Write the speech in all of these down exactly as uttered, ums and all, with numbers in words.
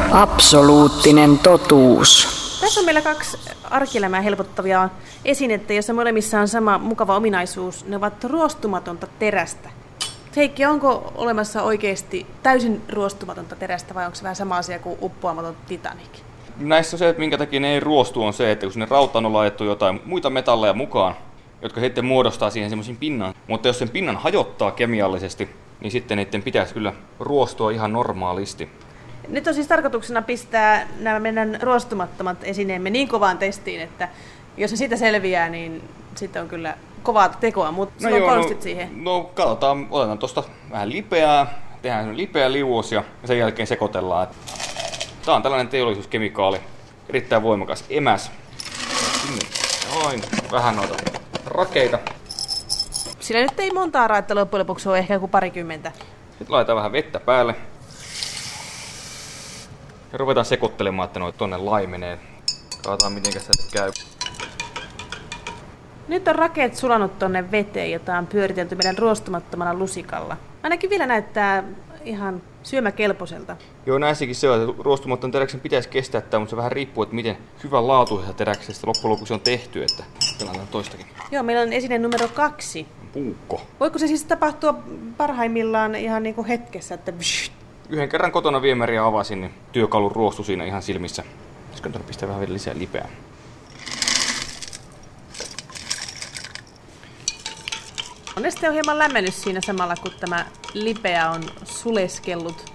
Absoluuttinen totuus. Tässä on meillä kaksi arkielämää helpottavia esinettä, joissa molemmissa on sama mukava ominaisuus. Ne ovat ruostumatonta terästä. Heikki, onko olemassa oikeasti täysin ruostumatonta terästä vai onko se vähän sama asia kuin uppoamaton Titanic? Näissä se, että minkä takia ne ei ruostu, on se, että kun sinne rautaan on laitettu jotain muita metalleja mukaan, jotka sitten muodostaa siihen semmoisen pinnan. Mutta jos sen pinnan hajottaa kemiallisesti, niin sitten niiden pitäisi kyllä ruostua ihan normaalisti. Nyt on siis tarkoituksena pistää nämä meidän ruostumattomat esineemme niin kovaan testiin, että jos se siitä selviää, niin sitten on kyllä kovaa tekoa, mutta no sulla on konstit no, siihen. No katsotaan, otetaan tuosta vähän lipeää, tehdään semmoinen lipeä liuos ja sen jälkeen sekoitellaan. Tämä on tällainen teollisuuskemikaali, erittäin voimakas emäs. Noin, vähän noita rakeita. Sillä nyt ei montaa raetta loppujen lopuksi ole, ehkä joku parikymmentä. Sitten laitetaan vähän vettä päälle. Ja ruvetaan sekoittelemaan, että noin tonne laimenee. Katsotaan miten se käy. Nyt on rakeet sulanut tonne veteen, jota on pyöritelty meidän ruostumattomana lusikalla. Ainakin vielä näyttää ihan syömäkelpoiselta. Joo, näissäkin se on, että ruostumattoman teräksen pitäisi kestää tämä, mutta se vähän riippuu, että miten hyvän laatuisesta teräksestä loppujen lopuksi on tehty. Että pelataan toistakin. Joo, meillä on esine numero kaksi. Puukko. Voiko se siis tapahtua parhaimmillaan ihan niin kuin hetkessä, että bsh. Yhden kerran kotona viemäriä avasin, niin työkalun ruostui siinä ihan silmissä. Pitäisikö tuonne pistää vähän vielä lisää lipeää? Neste on hieman lämmennyt siinä samalla, kun tämä lipeä on suleskellut.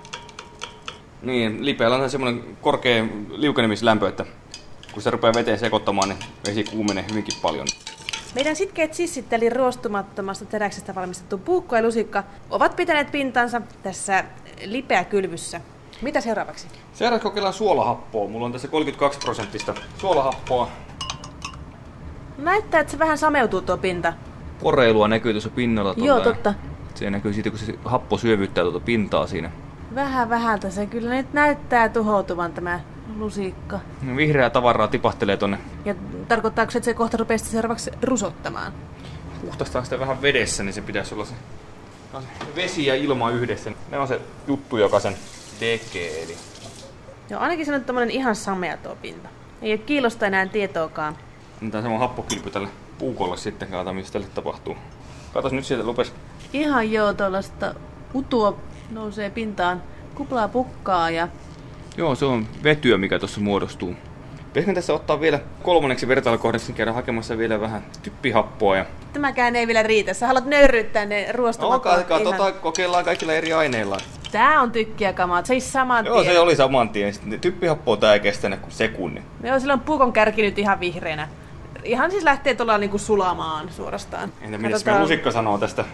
Niin, lipeällä on semmoinen korkea liukenemislämpö, että kun se rupeaa veteen sekoittamaan, niin vesi kuumenee hyvinkin paljon. Meidän sitkeät sissit, eli ruostumattomasta teräksestä valmistettu puukko ja lusikka, ovat pitäneet pintansa tässä lipeäkylvyssä. Mitä seuraavaksi? Seuraavaksi kokeillaan suolahappoa. Mulla on tässä kolmekymmentäkaksi prosenttista suolahappoa. Näyttää, että se vähän sameutuu tuo pinta. Poreilua näkyy tuossa pinnalla. Joo, totta. Se näkyy siitä, kun se happo syövyttää tuota pintaa siinä. Vähän vähältä se kyllä nyt näyttää tuhoutuvan tämä lusikka. No, vihreää tavaraa tipahtelee tonne. Ja tarkoittaako se, että se kohta rupeaa seuraavaksi rusottamaan? Puhtaistaan sitä vähän vedessä, niin se pitäisi olla se, se vesi ja ilma yhdessä. Ne on se juttu, joka sen tekee. Eli... Joo, ainakin se on tommonen ihan samea tuo pinta. Ei ole kiilosta enää tietoakaan. Annetaan semmoinen happokylpy tälle puukolle sitten, katsotaan mitä tälle tapahtuu. Katos nyt sieltä lupes. Ihan joo, tuollaista utua nousee pintaan, kuplaa pukkaa ja... Joo, se on vetyä, mikä tuossa muodostuu. Pitäisikö tässä ottaa vielä kolmanneksi vertailukohdaksi, käydä hakemassa vielä vähän typpihappoa. Ja... Tämäkään ei vielä riitä. Sä haluat nöyryyttää ne ruostumattomat. No, katsotaan, ihan... kokeillaan kaikilla eri aineilla. Tää on tykkiäkamaa, se ei saman Joo, tien. Se oli saman tien. Sitten typpihappoa tää ei kestänyt kuin sekunnin. Joo, sillä on puukon kärki nyt ihan vihreänä. Ihan siis lähtee tuolla niinku sulamaan suorastaan. Entä mitä Katsotaan... lusikka sanoo tästä?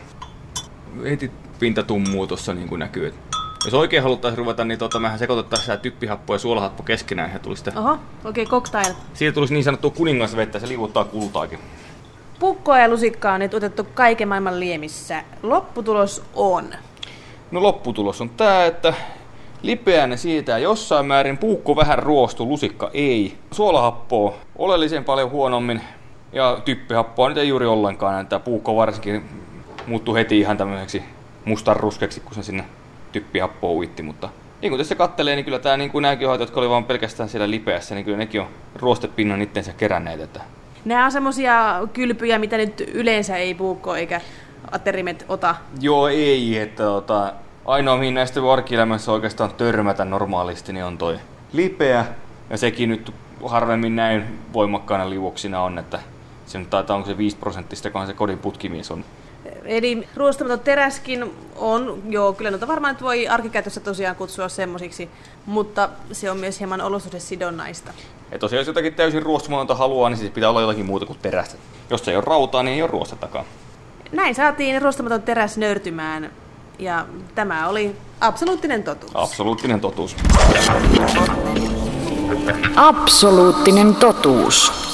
Heti pinta tummuu tuossa niin kuin näkyy. Jos oikein haluttaisiin ruveta, niin tota, mehän sekoitettaisiin typpihappo ja suolahappo keskenään. Ja tulisi sitä... Oho, okei, okay, cocktail. Siitä tulisi niin sanottua kuningasvettä, se liuuttaa kultaakin. Puukkoa ja lusikkaa on nyt otettu kaiken maailman liemissä. Lopputulos on? No lopputulos on tää, että lipeänä siirtää jossain määrin, puukko vähän ruostu, lusikka ei. Suolahappoa oleellisen paljon huonommin ja typpihappoa nyt ei juuri ollenkaan. Tämä puukko varsinkin muuttui heti ihan tämmöiseksi mustanruskeksi, kun se sinne typpihappoa uitti. Mutta niin kuin tässä kattelee, niin kyllä tämä, niin kuin nämäkin jotka oli vaan pelkästään siellä lipeässä, niin kyllä nekin on ruostepinnan itsensä keränneet. Että... Nämä on semmosia kylpyjä, mitä nyt yleensä ei puukko eikä aterimet ota. Joo, ei. Että, tota, ainoa mihin näistä arkielämässä oikeastaan törmätä normaalisti, niin on toi lipeä. Ja sekin nyt harvemmin näin voimakkaana liuoksina on, että se nyt taitaa, onko se viisi prosenttista, kun se kodin putkimies on. Eli ruostumaton teräskin on, joo, kyllä noita varmaan nyt voi arkikäytössä tosiaan kutsua semmosiksi, mutta se on myös hieman olosuhdesidonnaista. Ja tosiaan jos jotakin täysin ruostumatonta haluaa, niin siis pitää olla jotakin muuta kuin terästä. Jos se ei ole rautaa, niin ei ole ruostatakaan. Näin saatiin ruostumaton teräs nöyrtymään, ja tämä oli absoluuttinen totuus. Absoluuttinen totuus. Absoluuttinen totuus.